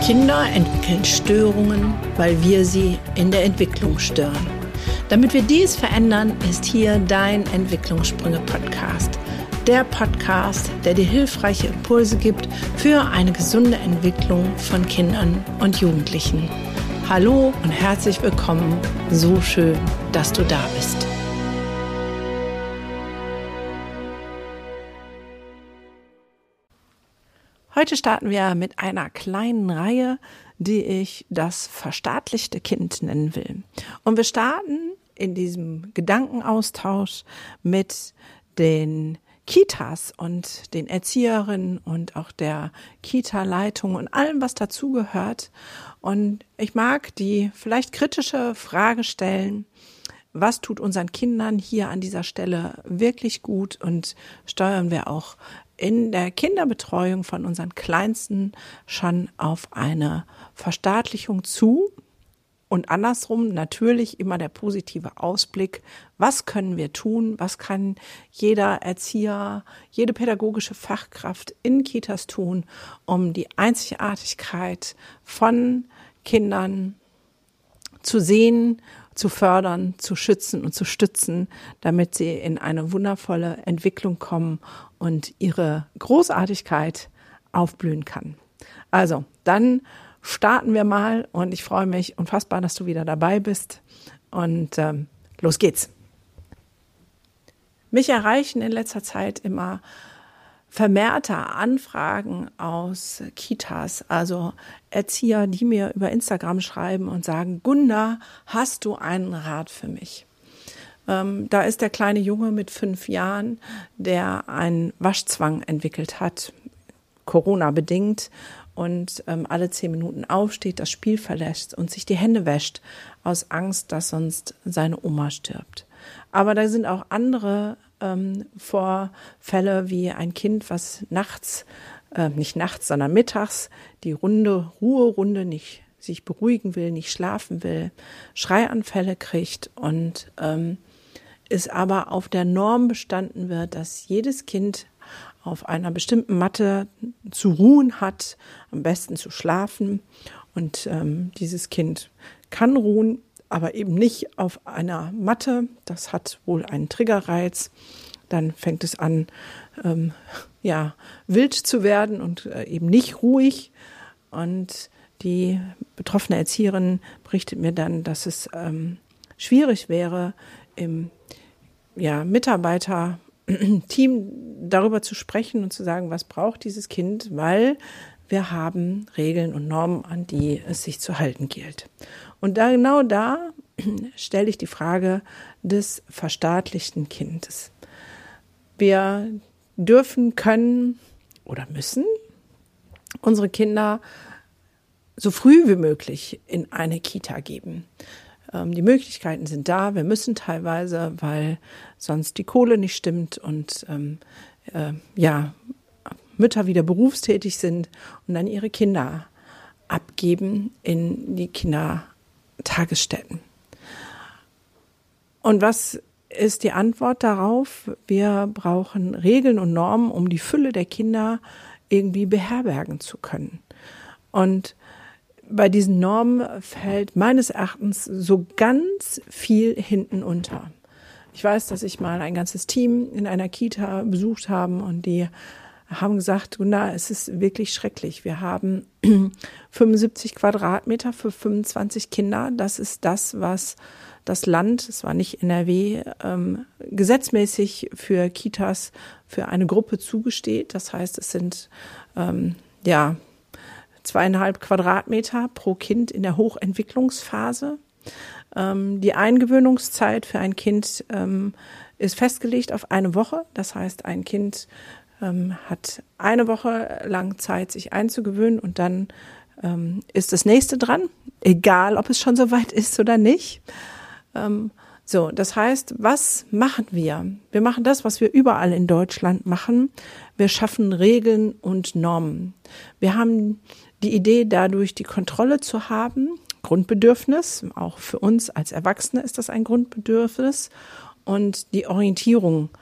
Kinder entwickeln Störungen, weil wir sie in der Entwicklung stören. Damit wir dies verändern, ist hier dein Entwicklungssprünge-Podcast. Der Podcast, der dir hilfreiche Impulse gibt für eine gesunde Entwicklung von Kindern und Jugendlichen. Hallo und herzlich willkommen. So schön, dass du da bist. Heute starten wir mit einer kleinen Reihe, die ich das verstaatlichte Kind nennen will. Und wir starten in diesem Gedankenaustausch mit den Kitas und den Erzieherinnen und auch der Kita-Leitung und allem, was dazugehört. Und ich mag die vielleicht kritische Frage stellen: Was tut unseren Kindern hier an dieser Stelle wirklich gut und steuern wir auch in der Kinderbetreuung von unseren Kleinsten schon auf eine Verstaatlichung zu? Und andersrum natürlich immer der positive Ausblick: Was können wir tun? Was kann jeder Erzieher, jede pädagogische Fachkraft in Kitas tun, um die Einzigartigkeit von Kindern zu sehen, zu fördern, zu schützen und zu stützen, damit sie in eine wundervolle Entwicklung kommen und ihre Großartigkeit aufblühen kann. Also, dann starten wir mal und ich freue mich unfassbar, dass du wieder dabei bist und los geht's. Mich erreichen in letzter Zeit immer vermehrter Anfragen aus Kitas, also Erzieher, die mir über Instagram schreiben und sagen: Gunda, hast du einen Rat für mich? Da ist der kleine Junge mit 5 Jahren, der einen Waschzwang entwickelt hat, Corona-bedingt, und alle 10 Minuten aufsteht, das Spiel verlässt und sich die Hände wäscht aus Angst, dass sonst seine Oma stirbt. Aber da sind auch andere Vorfälle, wie ein Kind, was nicht nachts, sondern mittags die Ruherunde nicht sich beruhigen will, nicht schlafen will, Schreianfälle kriegt und es aber auf der Norm bestanden wird, dass jedes Kind auf einer bestimmten Matte zu ruhen hat, am besten zu schlafen. Und dieses Kind kann ruhen, aber eben nicht auf einer Matte. Das hat wohl einen Triggerreiz. Dann fängt es an, wild zu werden und eben nicht ruhig. Und die betroffene Erzieherin berichtet mir dann, dass es schwierig wäre, im Mitarbeiterteam darüber zu sprechen und zu sagen, was braucht dieses Kind, weil wir haben Regeln und Normen, an die es sich zu halten gilt. Und genau da stelle ich die Frage des verstaatlichten Kindes. Wir dürfen, können oder müssen unsere Kinder so früh wie möglich in eine Kita geben. Die Möglichkeiten sind da, wir müssen teilweise, weil sonst die Kohle nicht stimmt und Mütter wieder berufstätig sind und dann ihre Kinder abgeben in die Kindertagesstätten. Und was ist die Antwort darauf? Wir brauchen Regeln und Normen, um die Fülle der Kinder irgendwie beherbergen zu können. Und bei diesen Normen fällt meines Erachtens so ganz viel hinten unter. Ich weiß, dass ich mal ein ganzes Team in einer Kita besucht habe und die haben gesagt: Gunda, es ist wirklich schrecklich. Wir haben 75 Quadratmeter für 25 Kinder. Das ist das, was das Land, es war nicht NRW, gesetzmäßig für Kitas für eine Gruppe zugesteht. Das heißt, es sind 2,5 Quadratmeter pro Kind in der Hochentwicklungsphase. Die Eingewöhnungszeit für ein Kind ist festgelegt auf 1 Woche. Das heißt, ein Kind hat 1 Woche lang Zeit, sich einzugewöhnen und dann ist das nächste dran, egal ob es schon so weit ist oder nicht. Das heißt, was machen wir? Wir machen das, was wir überall in Deutschland machen. Wir schaffen Regeln und Normen. Wir haben die Idee, dadurch die Kontrolle zu haben, Grundbedürfnis, auch für uns als Erwachsene ist das ein Grundbedürfnis, und die Orientierung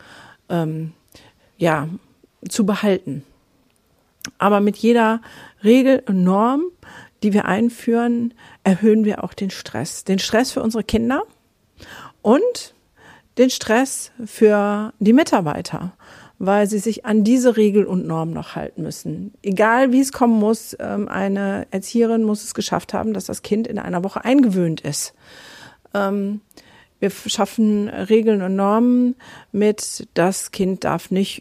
zu behalten. Aber mit jeder Regel und Norm die wir einführen, erhöhen wir auch den Stress. Den Stress für unsere Kinder und den Stress für die Mitarbeiter, weil sie sich an diese Regel und Norm noch halten müssen. Egal wie es kommen muss, eine Erzieherin muss es geschafft haben, dass das Kind in einer Woche eingewöhnt ist. Wir schaffen Regeln und Normen mit, das Kind darf nicht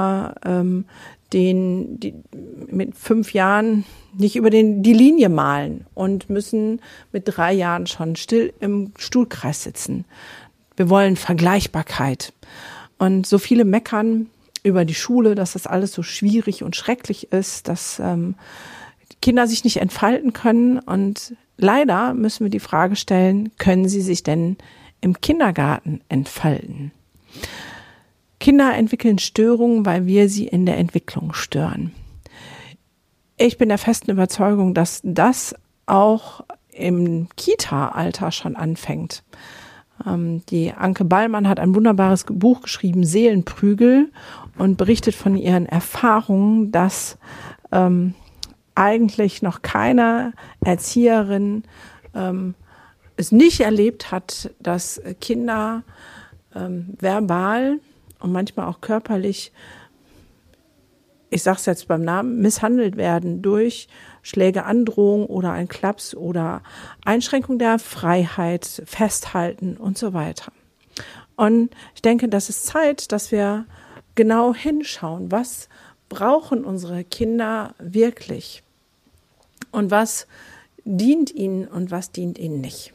mit 5 Jahren nicht über die Linie malen und müssen mit 3 Jahren schon still im Stuhlkreis sitzen. Wir wollen Vergleichbarkeit. Und so viele meckern über die Schule, dass das alles so schwierig und schrecklich ist, dass Kinder sich nicht entfalten können. Und leider müssen wir die Frage stellen, können sie sich denn im Kindergarten entfalten? Kinder entwickeln Störungen, weil wir sie in der Entwicklung stören. Ich bin der festen Überzeugung, dass das auch im Kita-Alter schon anfängt. Die Anke Ballmann hat ein wunderbares Buch geschrieben, Seelenprügel, und berichtet von ihren Erfahrungen, dass eigentlich noch keine Erzieherin es nicht erlebt hat, dass Kinder verbal und manchmal auch körperlich, ich sage es jetzt beim Namen, misshandelt werden durch Schläge, Androhung oder ein Klaps oder Einschränkung der Freiheit, Festhalten und so weiter. Und ich denke, das ist Zeit, dass wir genau hinschauen, was brauchen unsere Kinder wirklich und was dient ihnen und was dient ihnen nicht.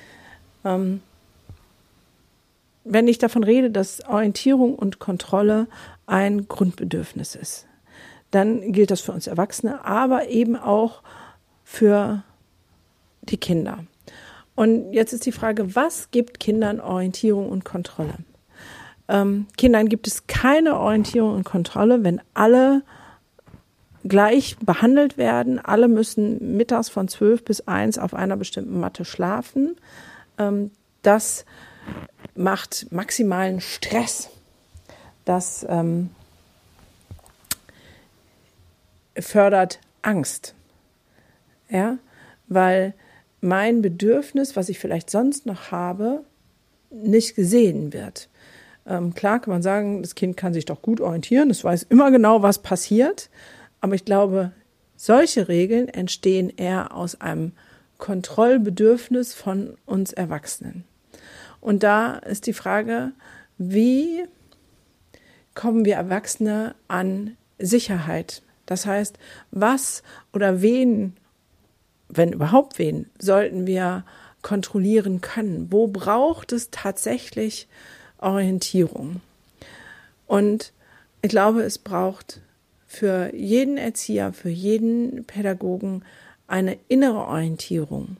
Wenn ich davon rede, dass Orientierung und Kontrolle ein Grundbedürfnis ist, dann gilt das für uns Erwachsene, aber eben auch für die Kinder. Und jetzt ist die Frage, was gibt Kindern Orientierung und Kontrolle? Kindern gibt es keine Orientierung und Kontrolle, wenn alle gleich behandelt werden. Alle müssen mittags von 12 bis 1 auf einer bestimmten Matte schlafen. Das macht maximalen Stress. Das fördert Angst. Ja, weil mein Bedürfnis, was ich vielleicht sonst noch habe, nicht gesehen wird. Klar kann man sagen, das Kind kann sich doch gut orientieren, es weiß immer genau, was passiert. Aber ich glaube, solche Regeln entstehen eher aus einem Kontrollbedürfnis von uns Erwachsenen. Und da ist die Frage, wie kommen wir Erwachsene an Sicherheit? Das heißt, was oder wen, wenn überhaupt wen, sollten wir kontrollieren können? Wo braucht es tatsächlich Orientierung? Und ich glaube, es braucht für jeden Erzieher, für jeden Pädagogen eine innere Orientierung.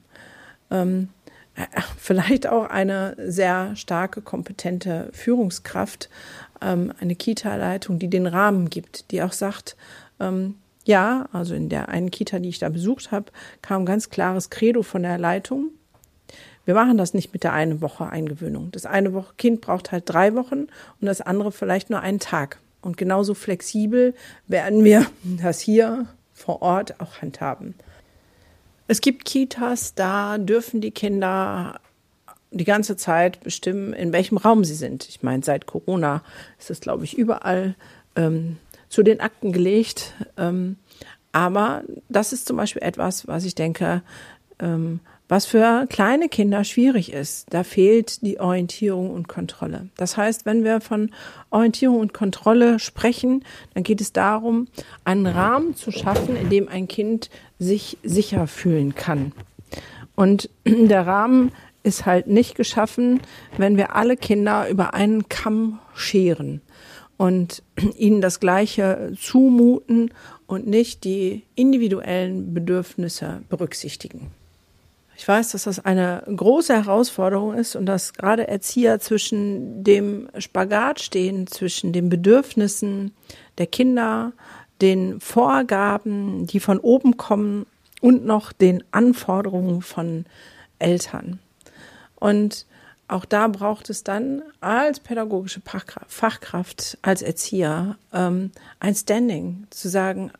Vielleicht auch eine sehr starke, kompetente Führungskraft, eine Kita-Leitung, die den Rahmen gibt, die auch sagt, ja, also in der einen Kita, die ich da besucht habe, kam ein ganz klares Credo von der Leitung. Wir machen das nicht mit der eine Woche Eingewöhnung. Das eine Kind braucht halt 3 Wochen und das andere vielleicht nur einen Tag. Und genauso flexibel werden wir das hier vor Ort auch handhaben. Es gibt Kitas, da dürfen die Kinder die ganze Zeit bestimmen, in welchem Raum sie sind. Ich meine, seit Corona ist es, glaube ich, überall zu den Akten gelegt. Aber das ist zum Beispiel etwas, was ich denke, was für kleine Kinder schwierig ist. Da fehlt die Orientierung und Kontrolle. Das heißt, wenn wir von Orientierung und Kontrolle sprechen, dann geht es darum, einen Rahmen zu schaffen, in dem ein Kind sich sicher fühlen kann. Und der Rahmen ist halt nicht geschaffen, wenn wir alle Kinder über einen Kamm scheren und ihnen das Gleiche zumuten und nicht die individuellen Bedürfnisse berücksichtigen. Ich weiß, dass das eine große Herausforderung ist und dass gerade Erzieher zwischen dem Spagat stehen, zwischen den Bedürfnissen der Kinder, den Vorgaben, die von oben kommen und noch den Anforderungen von Eltern. Und auch da braucht es dann als pädagogische Fachkraft, als Erzieher ein Standing, zu sagen,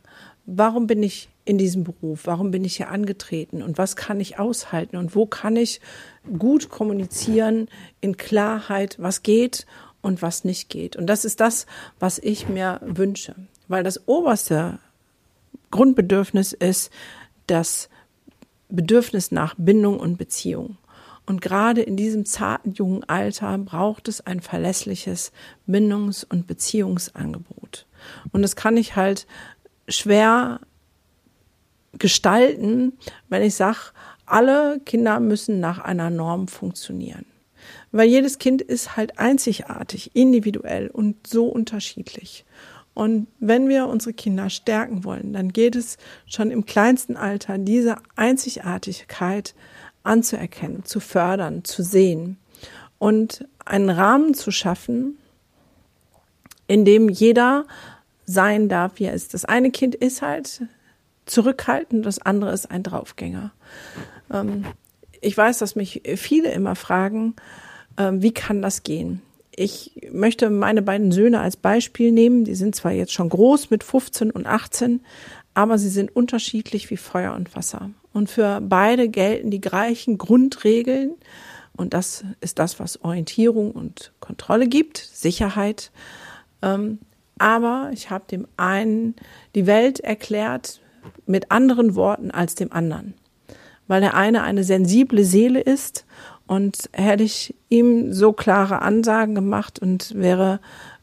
warum bin ich in diesem Beruf? Warum bin ich hier angetreten? Und was kann ich aushalten? Und wo kann ich gut kommunizieren in Klarheit, was geht und was nicht geht? Und das ist das, was ich mir wünsche. Weil das oberste Grundbedürfnis ist das Bedürfnis nach Bindung und Beziehung. Und gerade in diesem zarten jungen Alter braucht es ein verlässliches Bindungs- und Beziehungsangebot. Und das kann ich halt schwer gestalten, wenn ich sage, alle Kinder müssen nach einer Norm funktionieren. Weil jedes Kind ist halt einzigartig, individuell und so unterschiedlich. Und wenn wir unsere Kinder stärken wollen, dann geht es schon im kleinsten Alter, diese Einzigartigkeit anzuerkennen, zu fördern, zu sehen und einen Rahmen zu schaffen, in dem jeder sein darf, wie er ist. Das eine Kind ist halt zurückhaltend, das andere ist ein Draufgänger. Ich weiß, dass mich viele immer fragen, wie kann das gehen? Ich möchte meine beiden Söhne als Beispiel nehmen. Die sind zwar jetzt schon groß mit 15 und 18, aber sie sind unterschiedlich wie Feuer und Wasser. Und für beide gelten die gleichen Grundregeln. Und das ist das, was Orientierung und Kontrolle gibt, Sicherheit. Aber ich habe dem einen die Welt erklärt mit anderen Worten als dem anderen. Weil der eine sensible Seele ist. Und hätte ich ihm so klare Ansagen gemacht und wäre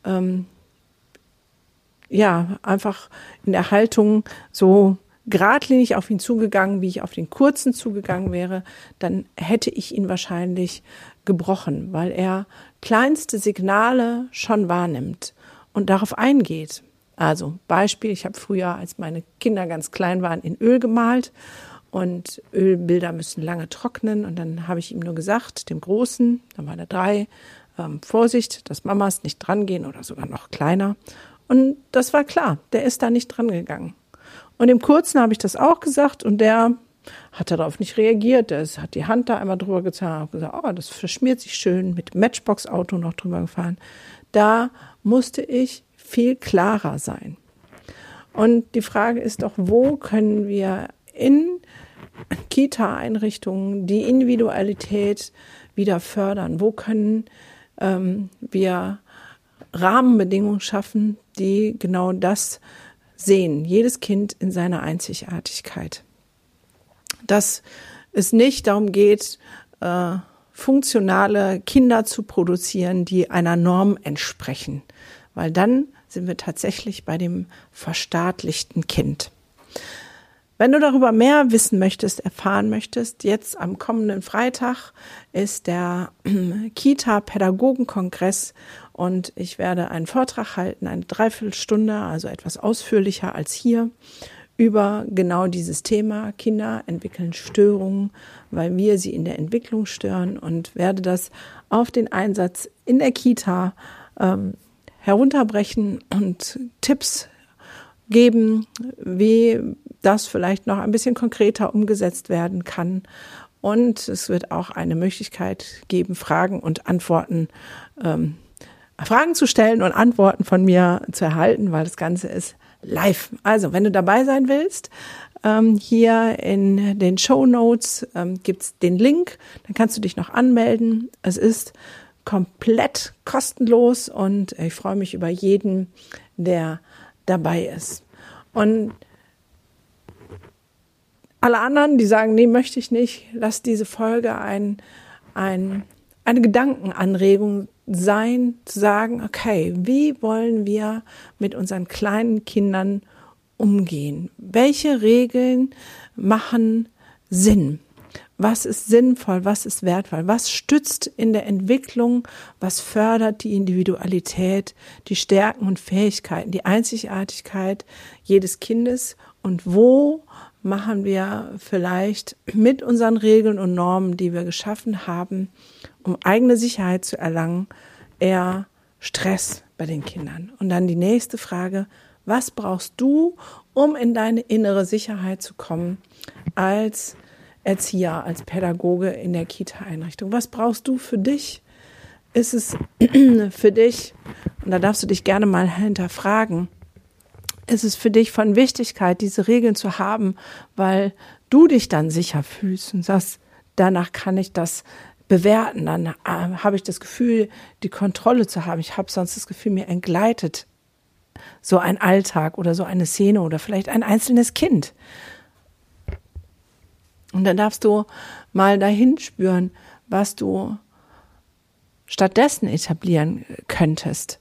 einfach in der Haltung so geradlinig auf ihn zugegangen, wie ich auf den Kurzen zugegangen wäre, dann hätte ich ihn wahrscheinlich gebrochen, weil er kleinste Signale schon wahrnimmt und darauf eingeht. Also Beispiel, ich habe früher, als meine Kinder ganz klein waren, in Öl gemalt. Und Ölbilder müssen lange trocknen. Und dann habe ich ihm nur gesagt, dem Großen, da war der 3, Vorsicht, dass Mamas nicht dran gehen oder sogar noch kleiner. Und das war klar, der ist da nicht dran gegangen. Und dem Kurzen habe ich das auch gesagt und der hat darauf nicht reagiert. Der hat die Hand da einmal drüber getan und gesagt, oh, das verschmiert sich schön, mit dem Matchbox-Auto noch drüber gefahren. Da musste ich viel klarer sein. Und die Frage ist doch, wo können wir in Kita-Einrichtungen die Individualität wieder fördern? Wo können wir Rahmenbedingungen schaffen, die genau das sehen? Jedes Kind in seiner Einzigartigkeit. Dass es nicht darum geht, funktionale Kinder zu produzieren, die einer Norm entsprechen. Weil dann sind wir tatsächlich bei dem verstaatlichten Kind. Wenn du darüber mehr wissen möchtest, erfahren möchtest, jetzt am kommenden Freitag ist der Kita-Pädagogen-Kongress und ich werde einen Vortrag halten, eine Dreiviertelstunde, also etwas ausführlicher als hier, über genau dieses Thema. Kinder entwickeln Störungen, weil wir sie in der Entwicklung stören und werde das auf den Einsatz in der Kita herunterbrechen und Tipps geben, wie das vielleicht noch ein bisschen konkreter umgesetzt werden kann. Und es wird auch eine Möglichkeit geben, Fragen zu stellen und Antworten von mir zu erhalten, weil das Ganze ist live. Also, wenn du dabei sein willst, hier in den Shownotes gibt's den Link, dann kannst du dich noch anmelden. Es ist komplett kostenlos und ich freue mich über jeden, der dabei ist. Und alle anderen, die sagen, nee, möchte ich nicht, lass diese Folge eine Gedankenanregung sein, zu sagen, okay, wie wollen wir mit unseren kleinen Kindern umgehen? Welche Regeln machen Sinn? Was ist sinnvoll? Was ist wertvoll? Was stützt in der Entwicklung? Was fördert die Individualität, die Stärken und Fähigkeiten, die Einzigartigkeit jedes Kindes? Und wo machen wir vielleicht mit unseren Regeln und Normen, die wir geschaffen haben, um eigene Sicherheit zu erlangen, eher Stress bei den Kindern? Und dann die nächste Frage, was brauchst du, um in deine innere Sicherheit zu kommen als Erzieher, als Pädagoge in der Kita-Einrichtung? Was brauchst du für dich? Ist es für dich, und da darfst du dich gerne mal hinterfragen, ist es für dich von Wichtigkeit, diese Regeln zu haben, weil du dich dann sicher fühlst und sagst, danach kann ich das bewerten, dann habe ich das Gefühl, die Kontrolle zu haben. Ich habe sonst das Gefühl, mir entgleitet so ein Alltag oder so eine Szene oder vielleicht ein einzelnes Kind. Und dann darfst du mal dahin spüren, was du stattdessen etablieren könntest.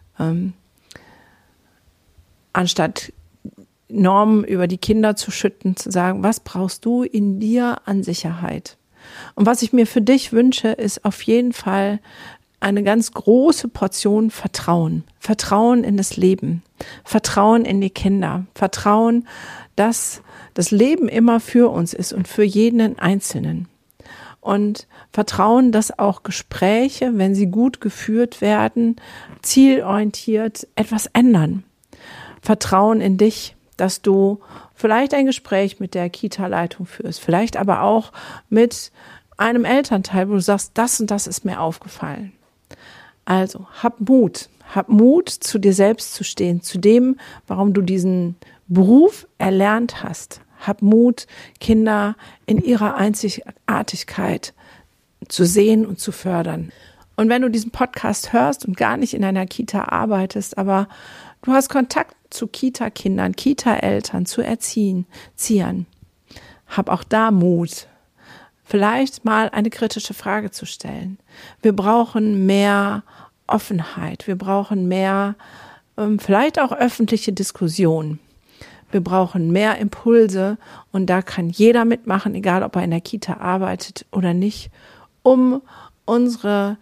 Anstatt Normen über die Kinder zu schütten, zu sagen, was brauchst du in dir an Sicherheit? Und was ich mir für dich wünsche, ist auf jeden Fall eine ganz große Portion Vertrauen. Vertrauen in das Leben, Vertrauen in die Kinder, Vertrauen, dass das Leben immer für uns ist und für jeden Einzelnen. Und Vertrauen, dass auch Gespräche, wenn sie gut geführt werden, zielorientiert etwas ändern. Vertrauen in dich, dass du vielleicht ein Gespräch mit der Kita-Leitung führst, vielleicht aber auch mit einem Elternteil, wo du sagst, das und das ist mir aufgefallen. Also, hab Mut, zu dir selbst zu stehen, zu dem, warum du diesen Beruf erlernt hast. Hab Mut, Kinder in ihrer Einzigartigkeit zu sehen und zu fördern. Und wenn du diesen Podcast hörst und gar nicht in einer Kita arbeitest, aber du hast Kontakt zu Kita-Kindern, Kita-Eltern, zu Erziehern, hab auch da Mut, vielleicht mal eine kritische Frage zu stellen. Wir brauchen mehr Offenheit, wir brauchen mehr, vielleicht auch öffentliche Diskussion. Wir brauchen mehr Impulse und da kann jeder mitmachen, egal ob er in der Kita arbeitet oder nicht, um unsere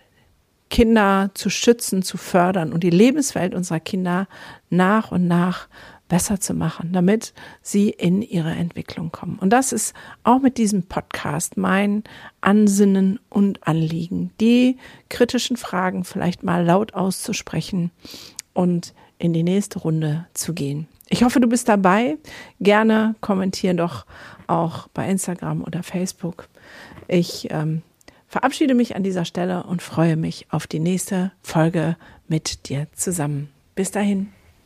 Kinder zu schützen, zu fördern und die Lebenswelt unserer Kinder nach und nach besser zu machen, damit sie in ihre Entwicklung kommen. Und das ist auch mit diesem Podcast mein Ansinnen und Anliegen, die kritischen Fragen vielleicht mal laut auszusprechen und in die nächste Runde zu gehen. Ich hoffe, du bist dabei. Gerne kommentiere doch auch bei Instagram oder Facebook. Ich verabschiede mich an dieser Stelle und freue mich auf die nächste Folge mit dir zusammen. Bis dahin.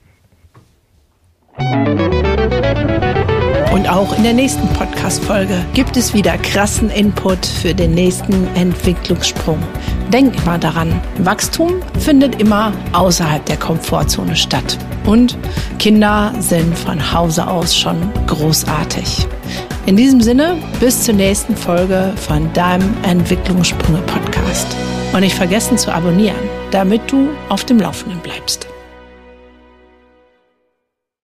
Und auch in der nächsten Podcast-Folge gibt es wieder krassen Input für den nächsten Entwicklungssprung. Denk immer daran, Wachstum findet immer außerhalb der Komfortzone statt. Und Kinder sind von Hause aus schon großartig. In diesem Sinne, bis zur nächsten Folge von deinem Entwicklungssprünge-Podcast. Und nicht vergessen zu abonnieren, damit du auf dem Laufenden bleibst.